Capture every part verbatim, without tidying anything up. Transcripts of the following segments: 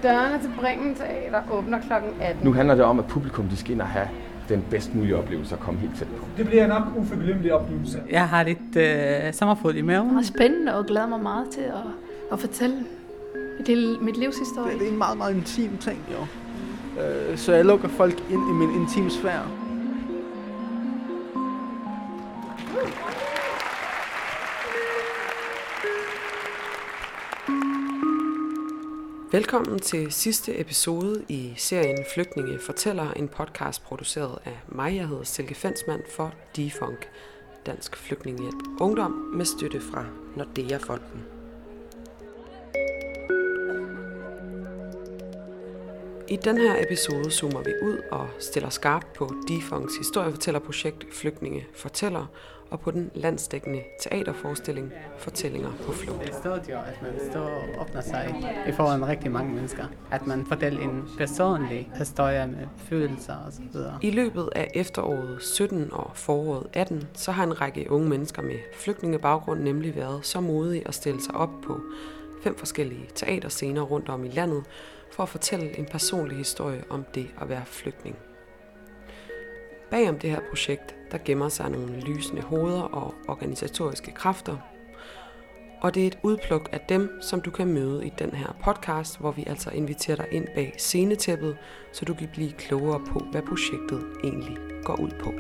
Dørene til Bremen Teater åbner klokken atten. Nu handler det om, at publikum de skal ind og have den bedst mulige oplevelse og komme helt tæt på. Det bliver nok uforglemmelig oplevelse. Jeg har lidt øh, sommerfod i maven. Det er spændende og glæder mig meget til at, at fortælle mit, mit livshistorie. Det er en meget, meget intim ting, jo. Øh, så jeg lukker folk ind i min intime sfære. Velkommen til sidste episode i serien Flygtninge fortæller, en podcast produceret af mig. Jeg hedder Silke Fensmann for Defunk, Dansk Flygtningehjælp Ungdom, med støtte fra Nordea-fonden. I den her episode zoomer vi ud og stiller skarpt på Defunks historiefortællerprojekt Flygtninge fortæller, og på den landsdækkende teaterforestilling Fortællinger på flugt. Det står jo, at man står og åbner sig i foran rigtig mange mennesker. At man fortæller en personlig historie med følelser og så videre. I løbet af efteråret sytten og foråret atten, så har en række unge mennesker med flygtningebaggrund nemlig været så modige at stille sig op på fem forskellige teaterscener rundt om i landet, for at fortælle en personlig historie om det at være flygtning. Bagom det her projekt, der gemmer sig nogle lysende hoveder og organisatoriske kræfter. Og det er et udpluk af dem, som du kan møde i den her podcast, hvor vi altså inviterer dig ind bag scenetæppet, så du kan blive klogere på, hvad projektet egentlig går ud på.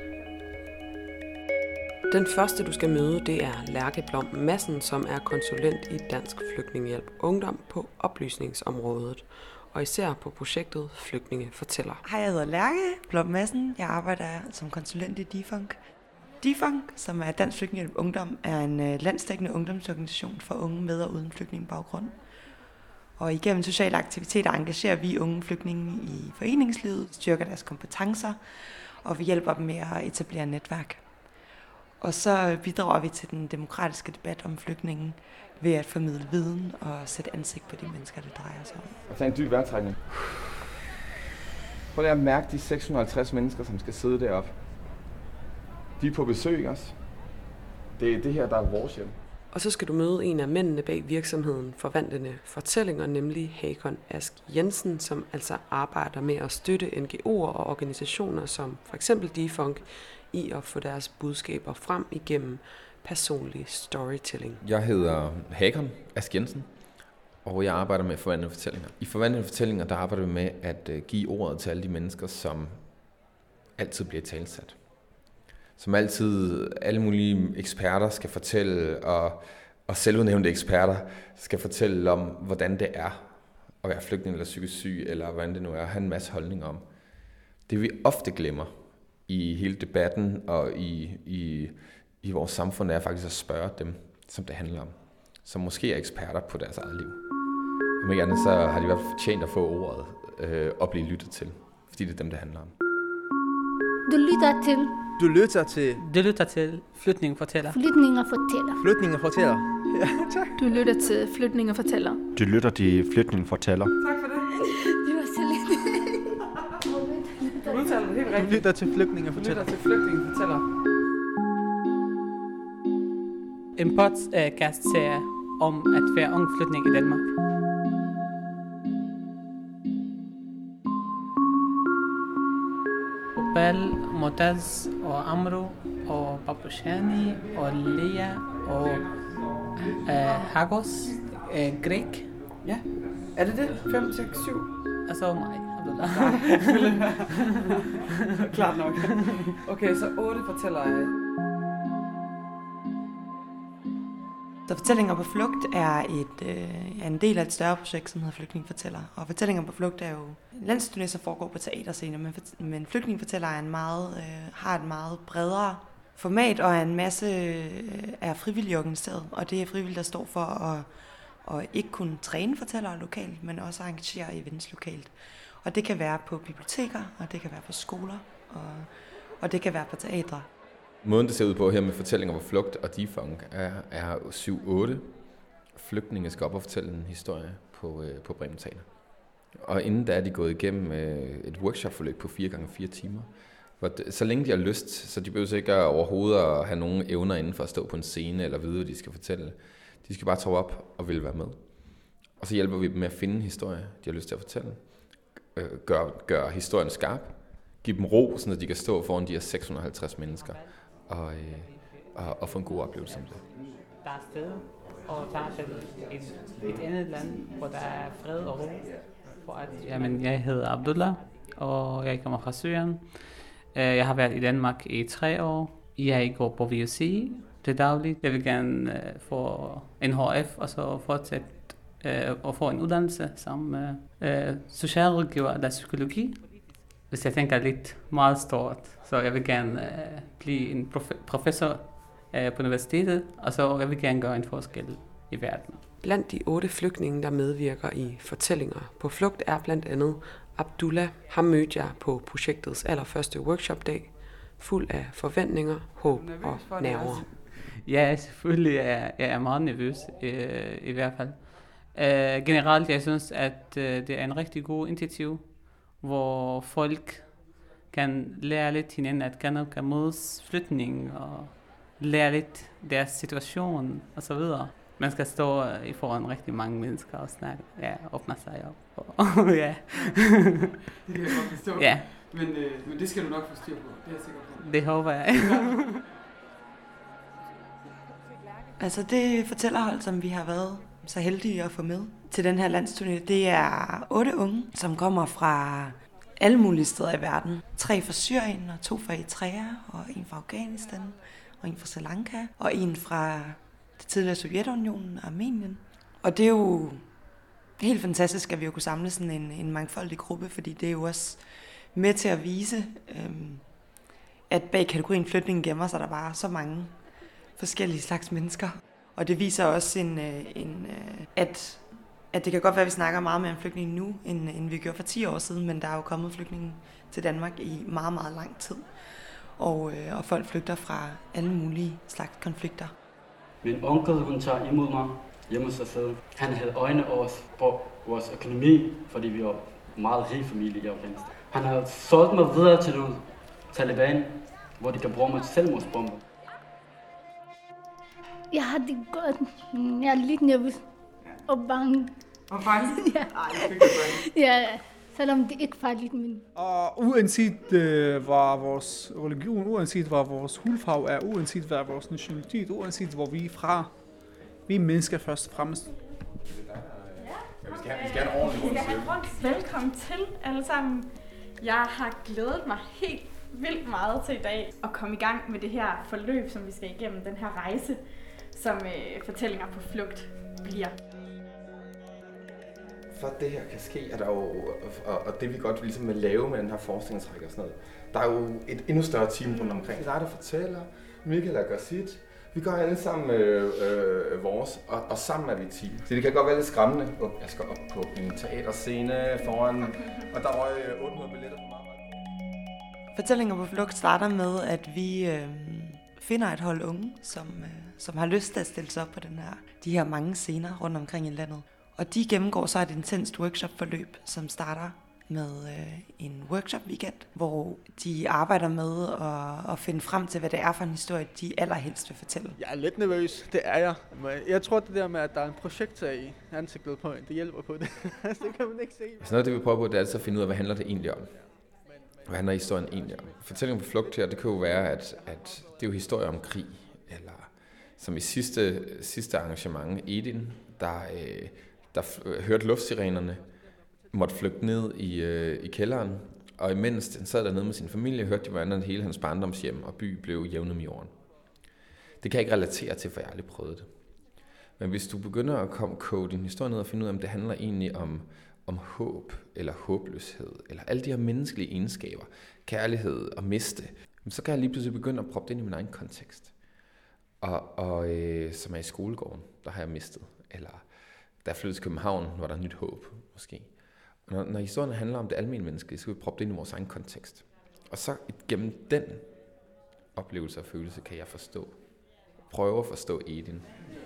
Den første, du skal møde, det er Lærke Blom Madsen, som er konsulent i Dansk Flygtningehjælp Ungdom på oplysningsområdet, og især på projektet Flygtninge fortæller. Hej, jeg hedder Lærke Blom Madsen. Jeg arbejder som konsulent i Defunk. Defunk, som er Dansk Flygtningehjælp Ungdom, er en landsdækkende ungdomsorganisation for unge med og uden flygtningebaggrund. Og igennem sociale aktiviteter engagerer vi unge flygtninge i foreningslivet, styrker deres kompetencer, og vi hjælper dem med at etablere netværk. Og så bidrager vi til den demokratiske debat om flygtningen ved at formidle viden og sætte ansigt på de mennesker, det drejer sig om. Og tag en dyb vejrtrækning. Prøv lige at mærke de seks hundrede og halvtreds mennesker, som skal sidde deroppe. De er på besøg også. Det er det her, der er vores hjem. Og så skal du møde en af mændene bag virksomheden Forvandlende Fortællinger, nemlig Hakon Ask Jensen, som altså arbejder med at støtte N G O'er og organisationer som for eksempel Defunk i at få deres budskaber frem igennem personlig storytelling. Jeg hedder Hakon Ask Jensen, og jeg arbejder med Forvandlende Fortællinger. I Forvandlende Fortællinger der arbejder vi med at give ordet til alle de mennesker, som altid bliver talsat. Som altid alle mulige eksperter skal fortælle, og, og selvudnævnte eksperter skal fortælle om, hvordan det er at være flygtning eller psykisk syg, eller hvordan det nu er at have en masse holdninger om. Det vi ofte glemmer i hele debatten og i, i, i vores samfund er faktisk at spørge dem, som det handler om, som måske er eksperter på deres eget liv. Om ikke andet, så har de i hvert fald fortjent at få ordet øh, og blive lyttet til, fordi det er dem, det handler om. Du lytter til... Du lytter til... Du lytter til Flygtninge fortæller. Flygtninge fortæller. Flygtninge fortæller. Ja, tak. Du lytter til Flygtninge fortæller. Du lytter til Flygtninge fortæller. Tak for det. Det var så lidt. Du udtaler det helt rigtigt. Du lytter til Flygtninge fortæller. Du lytter til Flygtninge fortæller. En podcast-serie om at være ung flygtning i Danmark. Bal, Motaz og Amro og Babushani og Lea og uh, Hagos, uh, Greg. Ja, er det det? fem, seks, syv? Og så mig, Abdullah. Klart nok. Okay, så otte fortæller jeg. Så Fortællinger på flugt er, et, øh, er en del af et større projekt, som hedder Flygtninge fortæller. Og Fortællinger på flugt er jo en landsturné, som foregår på teaterscener, men, men Flygtninge fortæller er en meget, øh, har et meget bredere format og er en masse øh, er frivillige organiseret. Og det er frivillige, der står for at, at ikke kun træne fortællere lokalt, men også arrangere events lokalt. Og det kan være på biblioteker, og det kan være på skoler, og, og det kan være på teatre. Måden det ser ud på her med Fortællinger på flugt og Defunk er, er syv otte. Flygtninge skal op og fortælle en historie på, øh, på Bremen Teater. Og inden da er de gået igennem øh, et workshopforløb på fire gange fire timer. Hvor det, så længe de har lyst, så de behøver ikke overhovedet at have nogen evner inden for at stå på en scene eller vide, hvad de skal fortælle. De skal bare træde op og vil være med. Og så hjælper vi dem med at finde en historie, de har lyst til at fortælle. Øh, gør, gør historien skarp. Giv dem ro, så de kan stå foran de her seks hundrede og halvtreds mennesker og, øh, og, og få en god oplevelse om det. Der er sted og tage til et, et andet land, hvor der er fred og ro. For at, jamen, jeg hedder Abdullah, og jeg kommer fra Syrien. Jeg har været i Danmark i tre år. Jeg går på V U C til dagligt. Jeg vil gerne uh, få en H F og så fortsætte uh, og få en uddannelse som uh, socialrådgiver eller psykologi. Hvis jeg tænker lidt meget stort, så jeg vil gerne uh, blive en prof- professor uh, på universitetet, og så jeg vil gerne gøre en forskel i verden. Blandt de otte flygtninge, der medvirker i Fortællinger på flugt, er blandt andet Abdullah. Ham mødte jeg på projektets allerførste workshopdag, fuld af forventninger, håb og nerver. Ja, selvfølgelig er jeg er meget nervøs, øh, i hvert fald. Øh, generelt, jeg synes, at øh, det er en rigtig god initiativ, hvor folk kan lære lidt hinanden at kende, kan mødes flygtninge og lære lidt deres situation og så videre. Man skal stå i foran rigtig mange mennesker og snakke, ja, åbne sig op. Og, ja. Det kan jeg godt forstå. Ja. Men, øh, men det skal du nok få styr på, det er jeg sikker på. Det håber jeg. Altså det fortællerhold, som vi har været så heldige at få med til den her landsturné, det er otte unge, som kommer fra alle mulige steder i verden. Tre fra Syrien, og to fra Eritrea, og en fra Afghanistan, og en fra Sri Lanka, og en fra det tidligere Sovjetunionen og Armenien. Og det er jo helt fantastisk, at vi har kunne samle sådan en, en mangfoldig gruppe, fordi det er jo også med til at vise, øhm, at bag kategorien flygtninge gemmer sig der bare så mange forskellige slags mennesker. Og det viser også, en, en, at, at det kan godt være, at vi snakker meget mere om flygtninge nu, end, end vi gjorde for ti år siden, men der er jo kommet flygtninge til Danmark i meget, meget lang tid. Og, øh, og folk flygter fra alle mulige slags konflikter. Min onkel, hun tager imod mig hjemme hos sig selv. Han havde øjne over på vores økonomi, fordi vi var en meget rig familie i Afghanistan. Han har solgt mig videre til nogle Taliban, hvor de kan bruge mig til selvmordsbomber. Jeg har det godt. Jeg er lidt nervøs og bange. Og bange? Ja. Ej, jeg fik det bange. Ja, selvom det ikke er farligt, men... Og uanset øh, hvad vores religion, uanset hvad vores hudfarve er, uanset hvad vores nationalitet, uanset hvor vi er fra, vi er mennesker først og fremmest. Ja, vi skal have, vi skal have en ordentlig Vi skal have en rundt. Velkommen til alle sammen. Jeg har glædet mig helt vildt meget til i dag at komme i gang med det her forløb, som vi skal igennem, den her rejse, som øh, Fortællinger på flugt bliver. For at det her kan ske, er der jo, og, og det vi godt ligesom vil lave med den her forskningstræk og sådan noget, der er jo et endnu større team rundt omkring. Det er dig, der fortæller, Michael der gør sit. Vi gør alle sammen øh, øh, vores, og, og sammen er vi et team. Så det kan godt være lidt skræmmende. Jeg skal op på en teaterscene foran, og der røg otte hundrede billetter på mig. Fortællinger på flugt starter med, at vi øh, finder et hold unge, som, øh, som har lyst til at stille sig op på den her, de her mange scener rundt omkring i landet. Og de gennemgår så et intenst workshop-forløb, som starter med øh, en workshop-weekend, hvor de arbejder med at, at finde frem til, hvad det er for en historie, de allerhelst vil fortælle. Jeg er lidt nervøs, det er jeg. Men jeg tror, det der med, at der er en projektor i ansigtet på en, det hjælper på det. Det kan man ikke se. Så noget af det, vi prøver på, det er altså at finde ud af, hvad handler det egentlig om? Hvad handler historien egentlig om? Fortællingen på flugt her, det kan jo være, at, at det er jo historie om krig, eller som i sidste, sidste arrangement, Edin, der, øh, der f- hørte luftsirenerne, måtte flygte ned i, øh, i kælderen, og imens han sad dernede med sin familie, hørte de, hvordan hele hans barndomshjem og by blev jævnet med jorden. Det kan jeg ikke relatere til, for jeg har aldrig prøvet det. Men hvis du begynder at komme kode din historie ned og finde ud af, om det handler egentlig om, om håb eller håbløshed, eller alle de her menneskelige egenskaber, kærlighed og miste, så kan jeg lige pludselig begynde at proppe det ind i min egen kontekst. Og, og øh, som er i skolegården, der har jeg mistet. Eller der er flyttet til København, hvor der er nyt håb, måske. Og når, når historien handler om det almindelige menneske, så skal vi proppe det ind i vores egen kontekst. Og så gennem den oplevelse og følelse kan jeg forstå. Prøve at forstå Edin.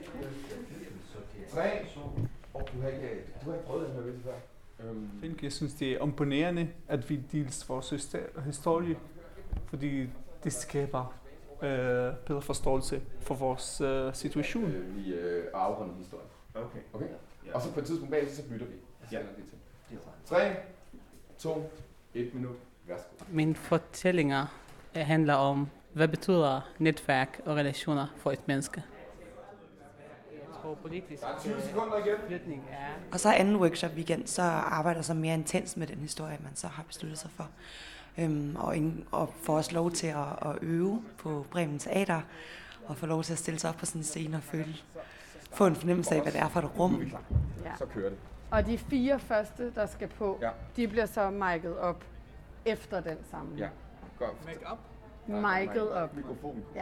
Tre. Oh, du, har ikke, du har ikke prøvet den her vise før. Um. Jeg synes, det er imponerende, at vi deler vores historie, fordi det skaber øh, bedre forståelse for vores øh, situation. Vi øh, afrunder historien. Okay. Okay. Og så på et tidspunkt bagefter, så bytter vi. Ja. tre, to, et minut. Værsgo. Mine fortællinger handler om, hvad betyder netværk og relationer for et menneske. Jeg tror politisk flytning er... Og så anden workshop weekend, så arbejder så mere intens med den historie, man så har besluttet sig for. Øhm, og, en, og får også lov til at, at øve på Bremen Teater, og få lov til at stille sig op på sådan en scene og føle, få en fornemmelse af, hvad det er for et rum. Ja. Så kører det. Og de fire første, der skal på, ja. de bliver så mic'et op efter den samling. Ja, godt. Make up? Mic'et op. Mikrofon. Ja,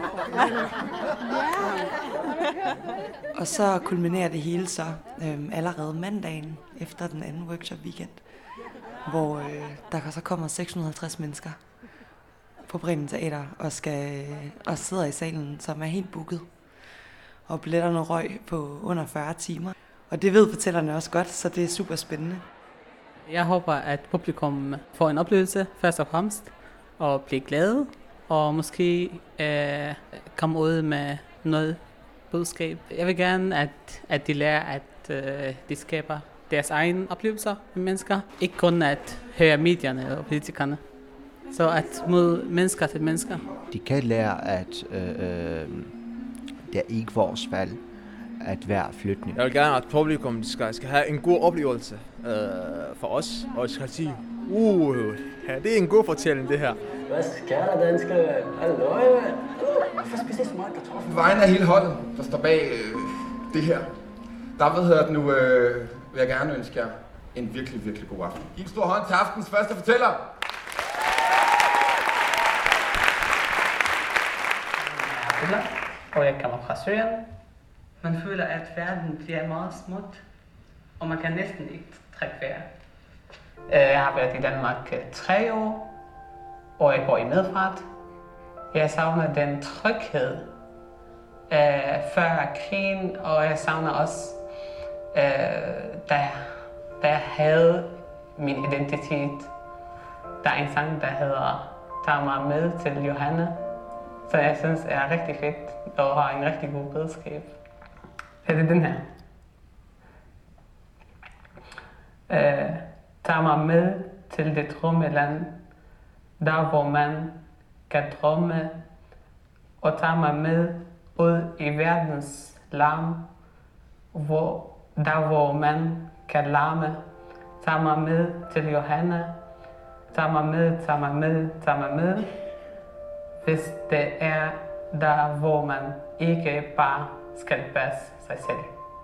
og så kulminerer det hele så øhm, allerede mandagen efter den anden workshop weekend, hvor øh, der så kommer seks hundrede og halvtreds mennesker på Bremen Teater og, skal, og sidder i salen, som er helt booket. Og billetterne røg på under fyrre timer. Og det ved fortællerne også godt, så det er super spændende. Jeg håber, at publikum får en oplevelse først og fremmest, og bliver glade, og måske øh, komme ud med noget budskab. Jeg vil gerne, at, at de lærer, at øh, de skaber deres egne oplevelser med mennesker. Ikke kun at høre medierne og politikerne. Så at møde mennesker til mennesker. De kan lære, at øh, øh, det er ikke vores valg at være flygtning. Jeg vil gerne, at publikum skal, skal have en god oplevelse øh, for os, og skal sige, uh, ja, det er en god fortælling, det her. Hvad sker der, danskere? Hallo, mand. Hvorfor spiser I så meget kartoffel? På vegne af hele holdet, der står bag øh, det her, der hvad hedder det nu, øh, vil jeg gerne ønske jer en virkelig, virkelig god aften. Giv en stor hånd til aftens første fortæller. Og jeg kommer fra Syrien. Man føler, at verden bliver meget småt, og man kan næsten ikke trække vejret. Jeg har været i Danmark tre år, og jeg går i medfart. Jeg savner den tryghed øh, før krigen, og jeg savner også, øh, da, da jeg havde min identitet. Der er en sang, der hedder "Tag mig med til Johanne", så jeg synes er rigtig fedt og har en rigtig god budskab. Det er den her. Øh, tag mig med til det drømmeland, der hvor man kan drømme, og tag mig med ud i verdens larm, hvor, der hvor man kan larme. Tag mig med til Johanna, tag mig med, tag mig med, tag mig med, hvis det er der hvor man ikke bare skal passe sig selv.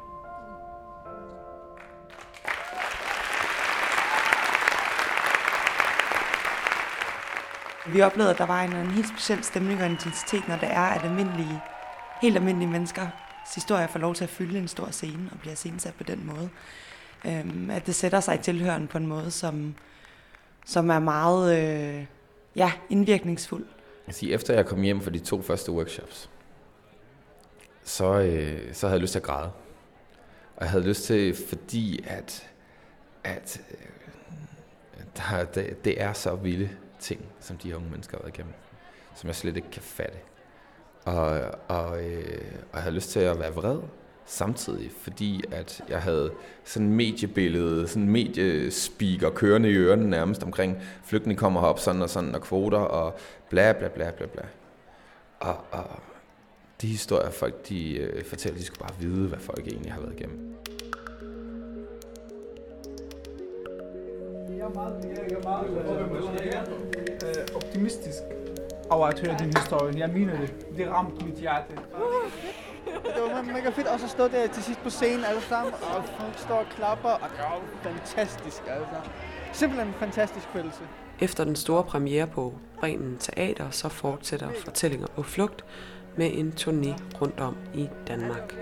Vi oplevede, at der var en, en helt speciel stemning og intensitet, når det er, at almindelige, helt almindelige menneskers historier får lov til at fylde en stor scene og bliver scenesat på den måde. Øhm, at det sætter sig i tilhøren på en måde, som, som er meget øh, ja, indvirkningsfuld. Jeg siger, efter jeg kom hjem fra de to første workshops, så, øh, så havde jeg lyst til at græde. Og jeg havde lyst til, fordi at, at øh, der, det, det er så vilde ting, som de her unge mennesker har været igennem, som jeg slet ikke kan fatte. Og, og, øh, og jeg havde lyst til at være vred samtidig, fordi at jeg havde sådan en mediebillede, sådan en mediespeaker kørende i ørerne nærmest omkring, flygtninge kommer herop sådan og sådan, og kvoter og bla bla bla bla bla. Og, og de historier, folk de øh, fortæller, de skulle bare vide, hvad folk egentlig har været igennem. Jeg er meget, jeg er meget øh, optimistisk over at høre din historie. Jeg mener det. Det ramte mit hjerte. Det var mega fedt også at stå der til sidst på scenen alle sammen, og folk står og klapper, og det var fantastisk altså. Simpelthen en fantastisk følelse. Efter den store premiere på Bremen Teater, så fortsætter Fortællinger på flugt med en turné rundt om i Danmark.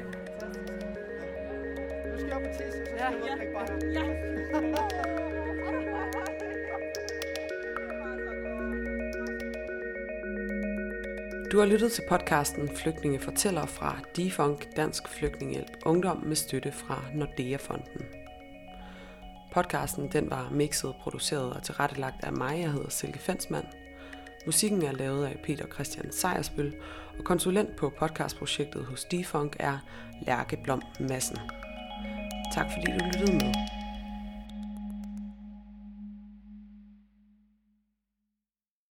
Ja, ja, ja. Du har lyttet til podcasten Flygtninge fortæller fra Defunk, Dansk Flygtningehjælp Ungdom med støtte fra Nordea-fonden. Podcasten den var mixet, produceret og tilrettelagt af mig, jeg hedder Silke Fensmann. Musikken er lavet af Peter Christian Sejersbøl, og konsulent på podcastprojektet hos Defunk er Lærke Blom Madsen. Tak fordi du lyttede med.